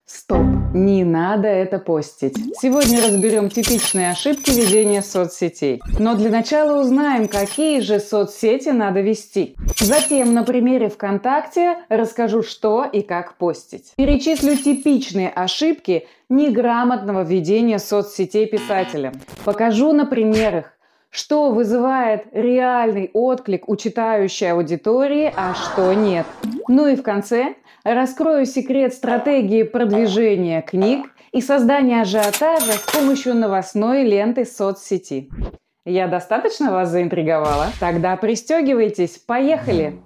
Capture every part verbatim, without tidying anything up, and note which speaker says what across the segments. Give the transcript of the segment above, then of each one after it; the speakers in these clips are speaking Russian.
Speaker 1: Стоп, не надо это постить. Сегодня разберем типичные ошибки ведения соцсетей. Но для начала узнаем, какие же соцсети надо вести. Затем на примере ВКонтакте расскажу, что и как постить. Перечислю типичные ошибки неграмотного ведения соцсетей писателем. Покажу на примерах, что вызывает реальный отклик у читающей аудитории, а что нет. Ну и в конце раскрою секрет стратегии продвижения книг и создания ажиотажа с помощью новостной ленты соцсети. Я достаточно вас заинтриговала? Тогда пристегивайтесь, поехали!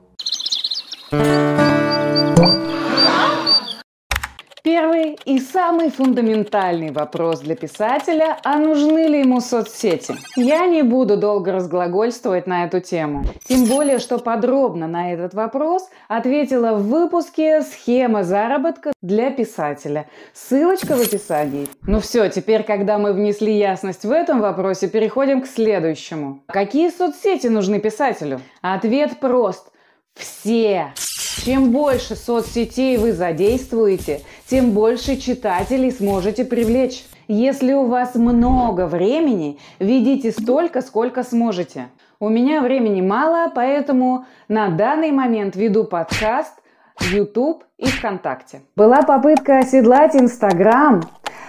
Speaker 1: Первый и самый фундаментальный вопрос для писателя – а нужны ли ему соцсети? Я не буду долго разглагольствовать на эту тему. Тем более, что подробно на этот вопрос ответила в выпуске «Схема заработка для писателя». Ссылочка в описании. Ну все, теперь, когда мы внесли ясность в этом вопросе, переходим к следующему. Какие соцсети нужны писателю? Ответ прост – все. Чем больше соцсетей вы задействуете, тем больше читателей сможете привлечь. Если у вас много времени, ведите столько, сколько сможете. У меня времени мало, поэтому на данный момент веду подкаст, YouTube и ВКонтакте. Была попытка оседлать Инстаграм,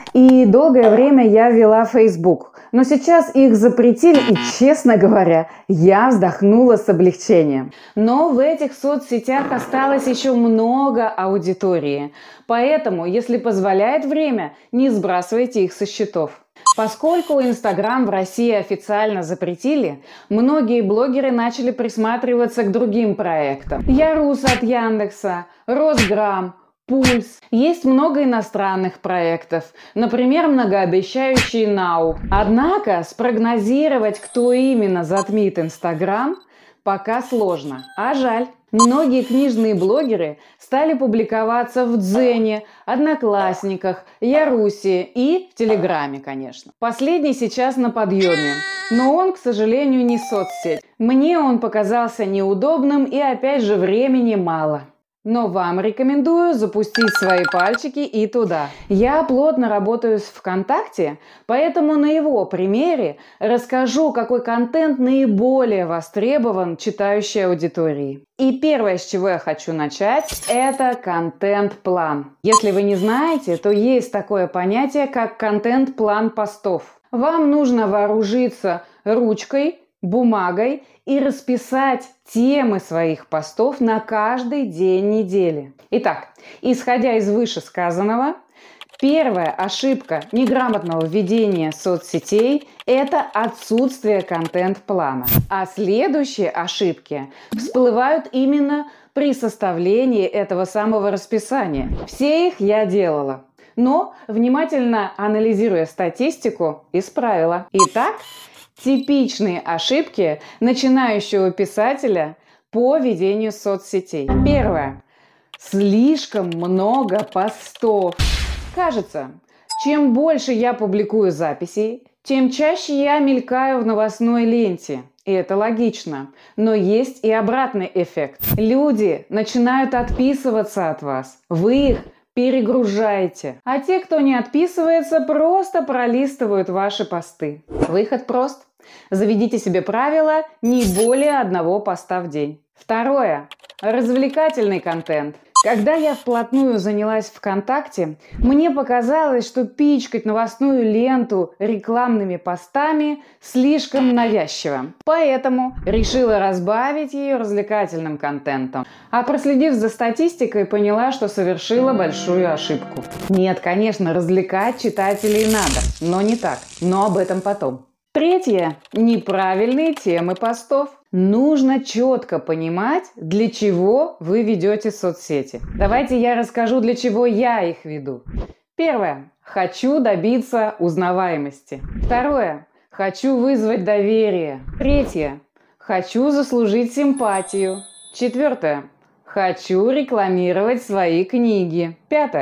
Speaker 1: и долгое время я вела Facebook. Но сейчас их запретили, и, честно говоря, я вздохнула с облегчением. Но в этих соцсетях осталось еще много аудитории. Поэтому, если позволяет время, не сбрасывайте их со счетов. Поскольку Инстаграм в России официально запретили, многие блогеры начали присматриваться к другим проектам. Ярус от Яндекса, Росграм, Пульс. Есть много иностранных проектов, например, многообещающий Нау. Однако спрогнозировать, кто именно затмит Инстаграм, пока сложно. А жаль. Многие книжные блогеры стали публиковаться в Дзене, Одноклассниках, Ярусе и в Телеграме, конечно. Последний сейчас на подъеме, но он, к сожалению, не соцсеть. Мне он показался неудобным и, опять же, времени мало. Но вам рекомендую запустить свои пальчики и туда. Я плотно работаю с ВКонтакте, поэтому на его примере расскажу, какой контент наиболее востребован читающей аудиторией. И первое, с чего я хочу начать, это контент-план. Если вы не знаете, то есть такое понятие, как контент-план постов. Вам нужно вооружиться ручкой, бумагой и расписать темы своих постов на каждый день недели. Итак, исходя из вышесказанного, первая ошибка неграмотного ведения соцсетей – это отсутствие контент-плана. А следующие ошибки всплывают именно при составлении этого самого расписания. Все их я делала. Но, внимательно анализируя статистику, исправила. Итак, типичные ошибки начинающего писателя по ведению соцсетей. Первое. Слишком много постов. Кажется, чем больше я публикую записей, тем чаще я мелькаю в новостной ленте. И это логично. Но есть и обратный эффект. Люди начинают отписываться от вас. Вы их перегружаете. А те, кто не отписывается, просто пролистывают ваши посты. Выход прост. Заведите себе правило не более одного поста в день. Второе. Развлекательный контент. Когда я вплотную занялась ВКонтакте, мне показалось, что пичкать новостную ленту рекламными постами слишком навязчиво. Поэтому решила разбавить ее развлекательным контентом. А проследив за статистикой, поняла, что совершила большую ошибку. Нет, конечно, развлекать читателей надо, но не так. Но об этом потом. Третье. Неправильные темы постов. Нужно четко понимать, для чего вы ведете соцсети. Давайте я расскажу, для чего я их веду. Первое. Хочу добиться узнаваемости. Второе. Хочу вызвать доверие. Третье. Хочу заслужить симпатию. Четвертое. Хочу рекламировать свои книги. Пятое.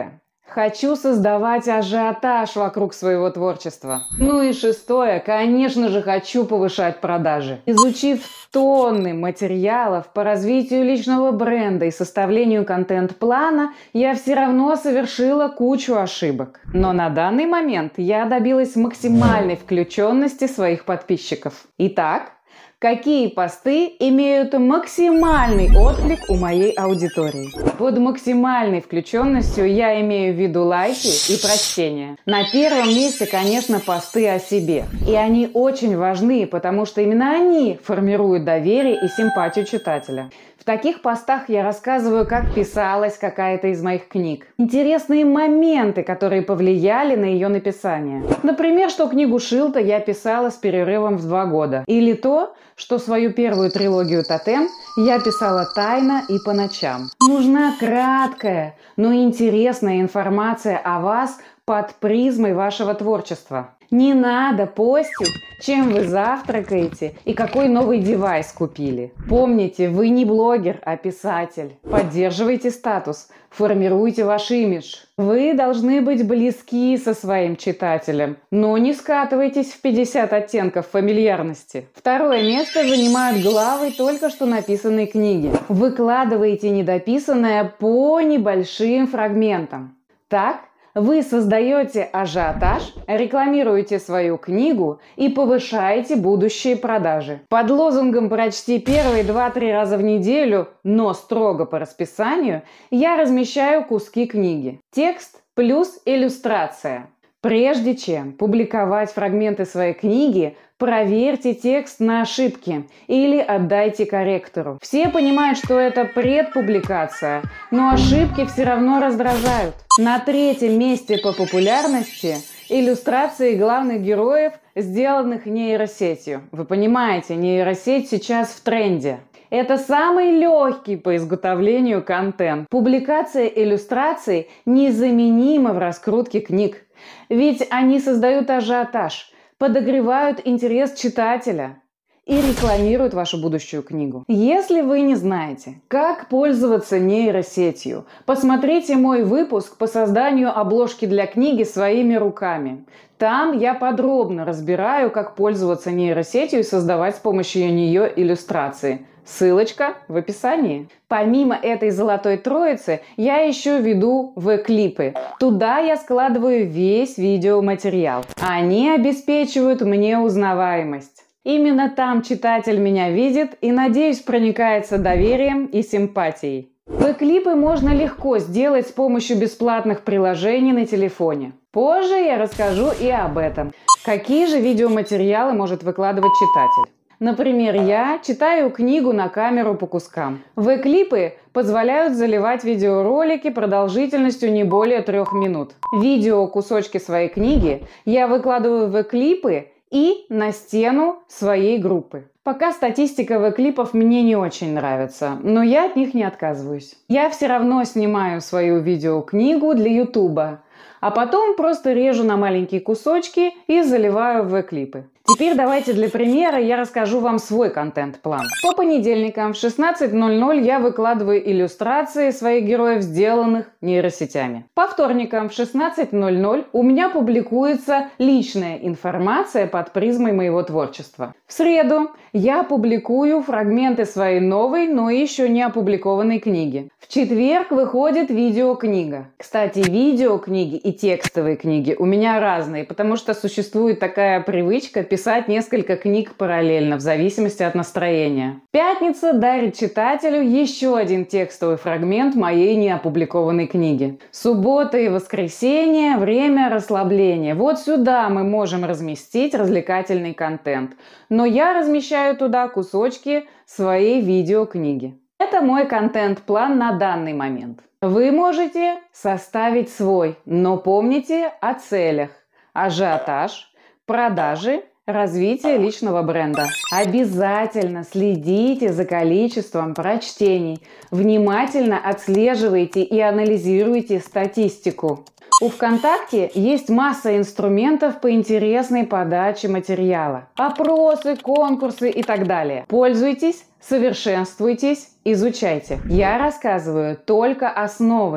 Speaker 1: Хочу создавать ажиотаж вокруг своего творчества. Ну и шестое, конечно же, хочу повышать продажи. Изучив тонны материалов по развитию личного бренда и составлению контент-плана, я все равно совершила кучу ошибок. Но на данный момент я добилась максимальной включенности своих подписчиков. Итак, какие посты имеют максимальный отклик у моей аудитории? Под максимальной включенностью я имею в виду лайки и прочтения. На первом месте, конечно, посты о себе. И они очень важны, потому что именно они формируют доверие и симпатию читателя. В таких постах я рассказываю, как писалась какая-то из моих книг. Интересные моменты, которые повлияли на ее написание. Например, что книгу Шилта я писала с перерывом в два года. Или то, что свою первую трилогию «Тотем» я писала тайно и по ночам. Нужна краткая, но интересная информация о вас под призмой вашего творчества. Не надо постить, чем вы завтракаете и какой новый девайс купили. Помните, вы не блогер, а писатель. Поддерживайте статус, формируйте ваш имидж. Вы должны быть близки со своим читателем, но не скатывайтесь в пятьдесят оттенков фамильярности. Второе место занимают главы только что написанной книги. Выкладывайте недописанное по небольшим фрагментам. Так вы создаете ажиотаж, рекламируете свою книгу и повышаете будущие продажи. Под лозунгом «Прочти первые два-три раза в неделю, но строго по расписанию» я размещаю куски книги. Текст плюс иллюстрация. Прежде чем публиковать фрагменты своей книги, проверьте текст на ошибки или отдайте корректору. Все понимают, что это предпубликация, но ошибки все равно раздражают. На третьем месте по популярности иллюстрации главных героев, сделанных нейросетью. Вы понимаете, нейросеть сейчас в тренде. Это самый легкий по изготовлению контент. Публикация иллюстраций незаменима в раскрутке книг. Ведь они создают ажиотаж, подогревают интерес читателя и рекламируют вашу будущую книгу. Если вы не знаете, как пользоваться нейросетью, посмотрите мой выпуск по созданию обложки для книги своими руками. Там я подробно разбираю, как пользоваться нейросетью и создавать с помощью нее иллюстрации. Ссылочка в описании. Помимо этой золотой троицы, я еще веду V-клипы. Туда я складываю весь видеоматериал. Они обеспечивают мне узнаваемость. Именно там читатель меня видит и, надеюсь, проникается доверием и симпатией. V-клипы можно легко сделать с помощью бесплатных приложений на телефоне. Позже я расскажу и об этом. Какие же видеоматериалы может выкладывать читатель? Например, я читаю книгу на камеру по кускам. V-клипы позволяют заливать видеоролики продолжительностью не более трех минут. Видео кусочки своей книги я выкладываю в V-клипы и на стену своей группы. Пока статистика V-клипов мне не очень нравится, но я от них не отказываюсь. Я все равно снимаю свою видеокнигу для Ютуба, а потом просто режу на маленькие кусочки и заливаю в V-клипы. Теперь давайте для примера я расскажу вам свой контент-план. По понедельникам в шестнадцать ноль ноль я выкладываю иллюстрации своих героев, сделанных нейросетями. По вторникам в шестнадцать ноль ноль у меня публикуется личная информация под призмой моего творчества. В среду я публикую фрагменты своей новой, но еще не опубликованной книги. В четверг выходит видеокнига. Кстати, видеокниги и текстовые книги у меня разные, потому что существует такая привычка писать несколько книг параллельно, в зависимости от настроения. Пятница дарит читателю еще один текстовый фрагмент моей неопубликованной книги. Суббота и воскресенье – время расслабления. Вот сюда мы можем разместить развлекательный контент. Но я размещаю туда кусочки своей видеокниги. Это мой контент-план на данный момент. Вы можете составить свой, но помните о целях: ажиотаж, продажи, развитие личного бренда. Обязательно следите за количеством прочтений. Внимательно отслеживайте и анализируйте статистику. У ВКонтакте есть масса инструментов по интересной подаче материала. Опросы, конкурсы и так далее. Пользуйтесь, совершенствуйтесь, изучайте. Я рассказываю только основы.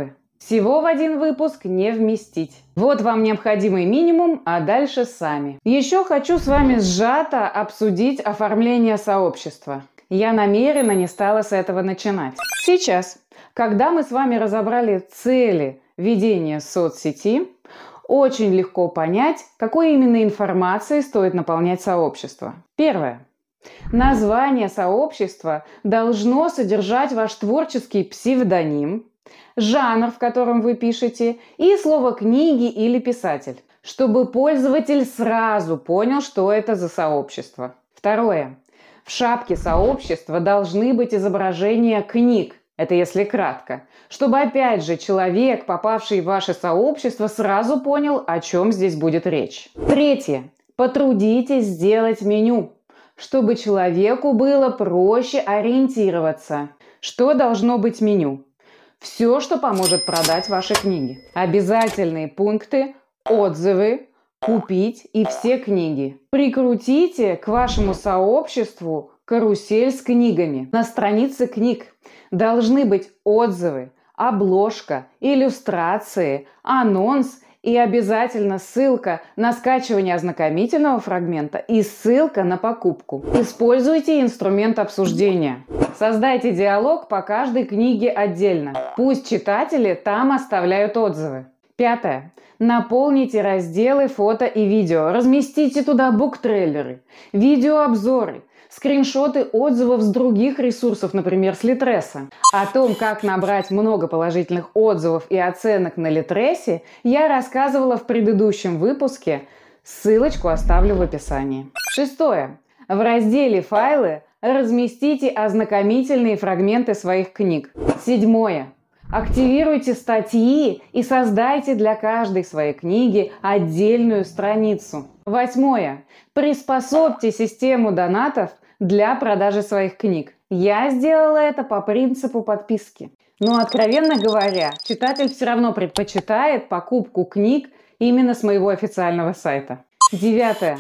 Speaker 1: Всего в один выпуск не вместить. Вот вам необходимый минимум, а дальше сами. Еще хочу с вами сжато обсудить оформление сообщества. Я намеренно не стала с этого начинать. Сейчас, когда мы с вами разобрали цели ведения соцсети, очень легко понять, какой именно информацией стоит наполнять сообщество. Первое. Название сообщества должно содержать ваш творческий псевдоним, жанр, в котором вы пишете, и слово «книги» или «писатель», чтобы пользователь сразу понял, что это за сообщество. Второе. В шапке сообщества должны быть изображения книг, это если кратко, чтобы опять же человек, попавший в ваше сообщество, сразу понял, о чем здесь будет речь. Третье. Потрудитесь сделать меню, чтобы человеку было проще ориентироваться. Что должно быть в меню? Все, что поможет продать ваши книги. Обязательные пункты, отзывы, купить и все книги. Прикрутите к вашему сообществу карусель с книгами. На странице книг должны быть отзывы, обложка, иллюстрации, анонс и обязательно ссылка на скачивание ознакомительного фрагмента и ссылка на покупку. Используйте инструмент обсуждения. Создайте диалог по каждой книге отдельно. Пусть читатели там оставляют отзывы. Пятое. Наполните разделы фото и видео. Разместите туда буктрейлеры, видеообзоры, скриншоты отзывов с других ресурсов, например, с Литреса. О том, как набрать много положительных отзывов и оценок на Литресе, я рассказывала в предыдущем выпуске. Ссылочку оставлю в описании. Шестое. В разделе «Файлы» разместите ознакомительные фрагменты своих книг. Седьмое. Активируйте статьи и создайте для каждой своей книги отдельную страницу. Восьмое. Приспособьте систему донатов для продажи своих книг. Я сделала это по принципу подписки. Но, откровенно говоря, читатель все равно предпочитает покупку книг именно с моего официального сайта. Девятое.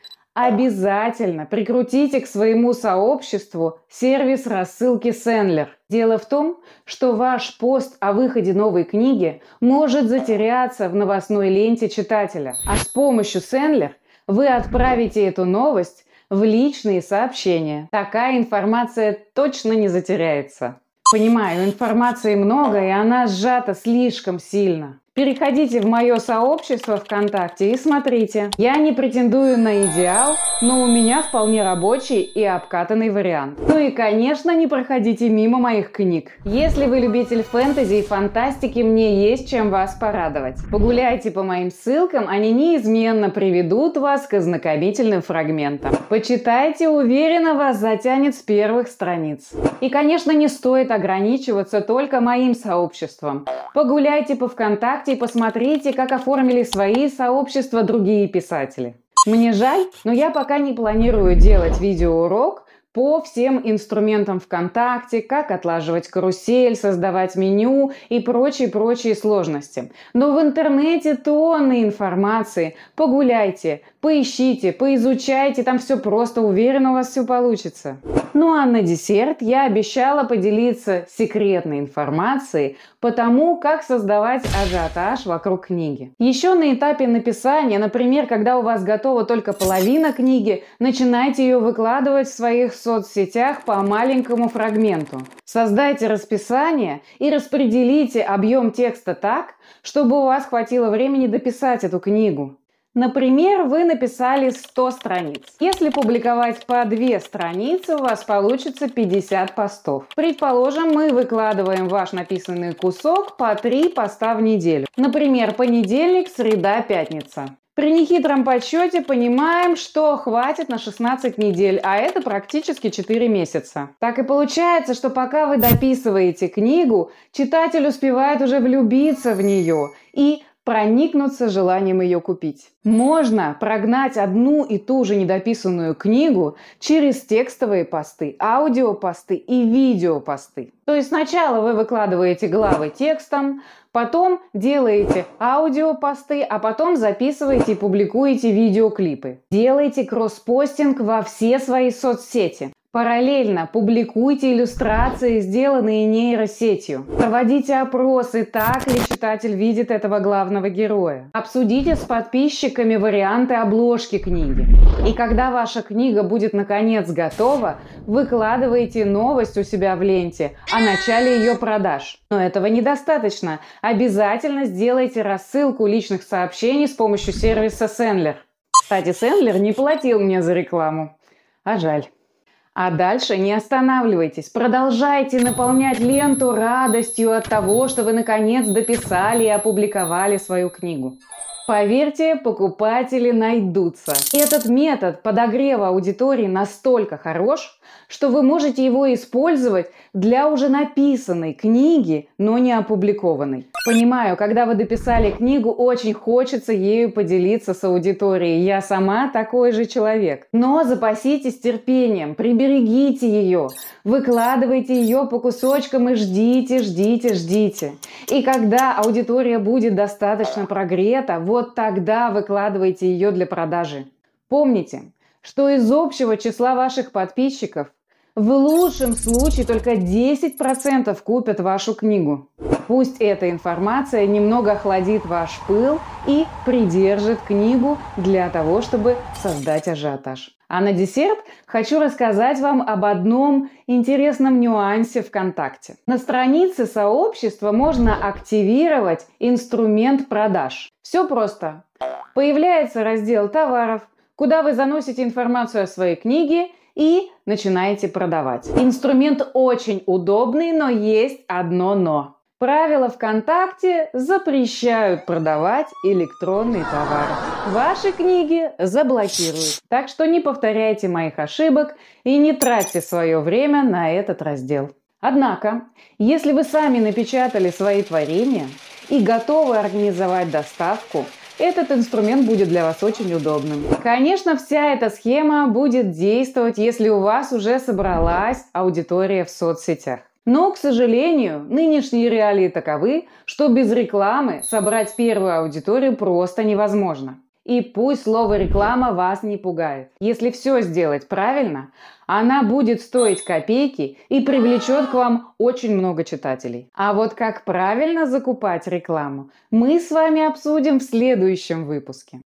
Speaker 1: Обязательно прикрутите к своему сообществу сервис рассылки Sendler. Дело в том, что ваш пост о выходе новой книги может затеряться в новостной ленте читателя, а с помощью Sendler вы отправите эту новость в личные сообщения. Такая информация точно не затеряется. Понимаю, информации много, и она сжата слишком сильно. Переходите в мое сообщество ВКонтакте и смотрите. Я не претендую на идеал, но у меня вполне рабочий и обкатанный вариант. Ну и, конечно, не проходите мимо моих книг. Если вы любитель фэнтези и фантастики, мне есть чем вас порадовать. Погуляйте по моим ссылкам, они неизменно приведут вас к ознакомительным фрагментам. Почитайте, уверенно вас затянет с первых страниц. И, конечно, не стоит ограничиваться только моим сообществом. Погуляйте по ВКонтакте и посмотрите, как оформили свои сообщества другие писатели. Мне жаль, но я пока не планирую делать видеоурок по всем инструментам ВКонтакте, как отлаживать карусель, создавать меню и прочие-прочие сложности. Но в интернете тонны информации. Погуляйте, поищите, поизучайте, там все просто, уверена, у вас все получится. Ну а на десерт я обещала поделиться секретной информацией по тому, как создавать ажиотаж вокруг книги. Еще на этапе написания, например, когда у вас готова только половина книги, начинайте ее выкладывать в своих соцсетях по маленькому фрагменту. Создайте расписание и распределите объем текста так, чтобы у вас хватило времени дописать эту книгу. Например, вы написали сто страниц. Если публиковать по две страницы, у вас получится пятьдесят постов. Предположим, мы выкладываем ваш написанный кусок по три поста в неделю. Например, понедельник, среда, пятница. При нехитром подсчете понимаем, что хватит на шестнадцать недель, а это практически четыре месяца. Так и получается, что пока вы дописываете книгу, читатель успевает уже влюбиться в нее и проникнуться желанием ее купить. Можно прогнать одну и ту же недописанную книгу через текстовые посты, аудиопосты и видеопосты. То есть сначала вы выкладываете главы текстом, потом делаете аудиопосты, а потом записываете и публикуете видеоклипы. Делайте кросспостинг во все свои соцсети. Параллельно публикуйте иллюстрации, сделанные нейросетью. Проводите опросы, так ли читатель видит этого главного героя. Обсудите с подписчиками варианты обложки книги. И когда ваша книга будет наконец готова, выкладывайте новость у себя в ленте о начале ее продаж. Но этого недостаточно. Обязательно сделайте рассылку личных сообщений с помощью сервиса Sendler. Кстати, Sendler не платил мне за рекламу. А жаль. А дальше не останавливайтесь, продолжайте наполнять ленту радостью от того, что вы наконец дописали и опубликовали свою книгу. Поверьте, покупатели найдутся. Этот метод подогрева аудитории настолько хорош, что вы можете его использовать для уже написанной книги, но не опубликованной. Понимаю, когда вы дописали книгу, очень хочется ею поделиться с аудиторией. Я сама такой же человек. Но запаситесь терпением, приберегите ее, выкладывайте ее по кусочкам и ждите, ждите, ждите. И когда аудитория будет достаточно прогрета, вот тогда выкладывайте ее для продажи. Помните, что из общего числа ваших подписчиков в лучшем случае только десять процентов купят вашу книгу. Пусть эта информация немного охладит ваш пыл и придержит книгу для того, чтобы создать ажиотаж. А на десерт хочу рассказать вам об одном интересном нюансе ВКонтакте. На странице сообщества можно активировать инструмент продаж. Все просто. Появляется раздел товаров, куда вы заносите информацию о своей книге и начинаете продавать. Инструмент очень удобный, но есть одно но. Правила ВКонтакте запрещают продавать электронные товары. Ваши книги заблокируют. Так что не повторяйте моих ошибок и не тратьте свое время на этот раздел. Однако, если вы сами напечатали свои творения и готовы организовать доставку, этот инструмент будет для вас очень удобным. Конечно, вся эта схема будет действовать, если у вас уже собралась аудитория в соцсетях. Но, к сожалению, нынешние реалии таковы, что без рекламы собрать первую аудиторию просто невозможно. И пусть слово «реклама» вас не пугает. Если все сделать правильно, она будет стоить копейки и привлечет к вам очень много читателей. А вот как правильно закупать рекламу, мы с вами обсудим в следующем выпуске.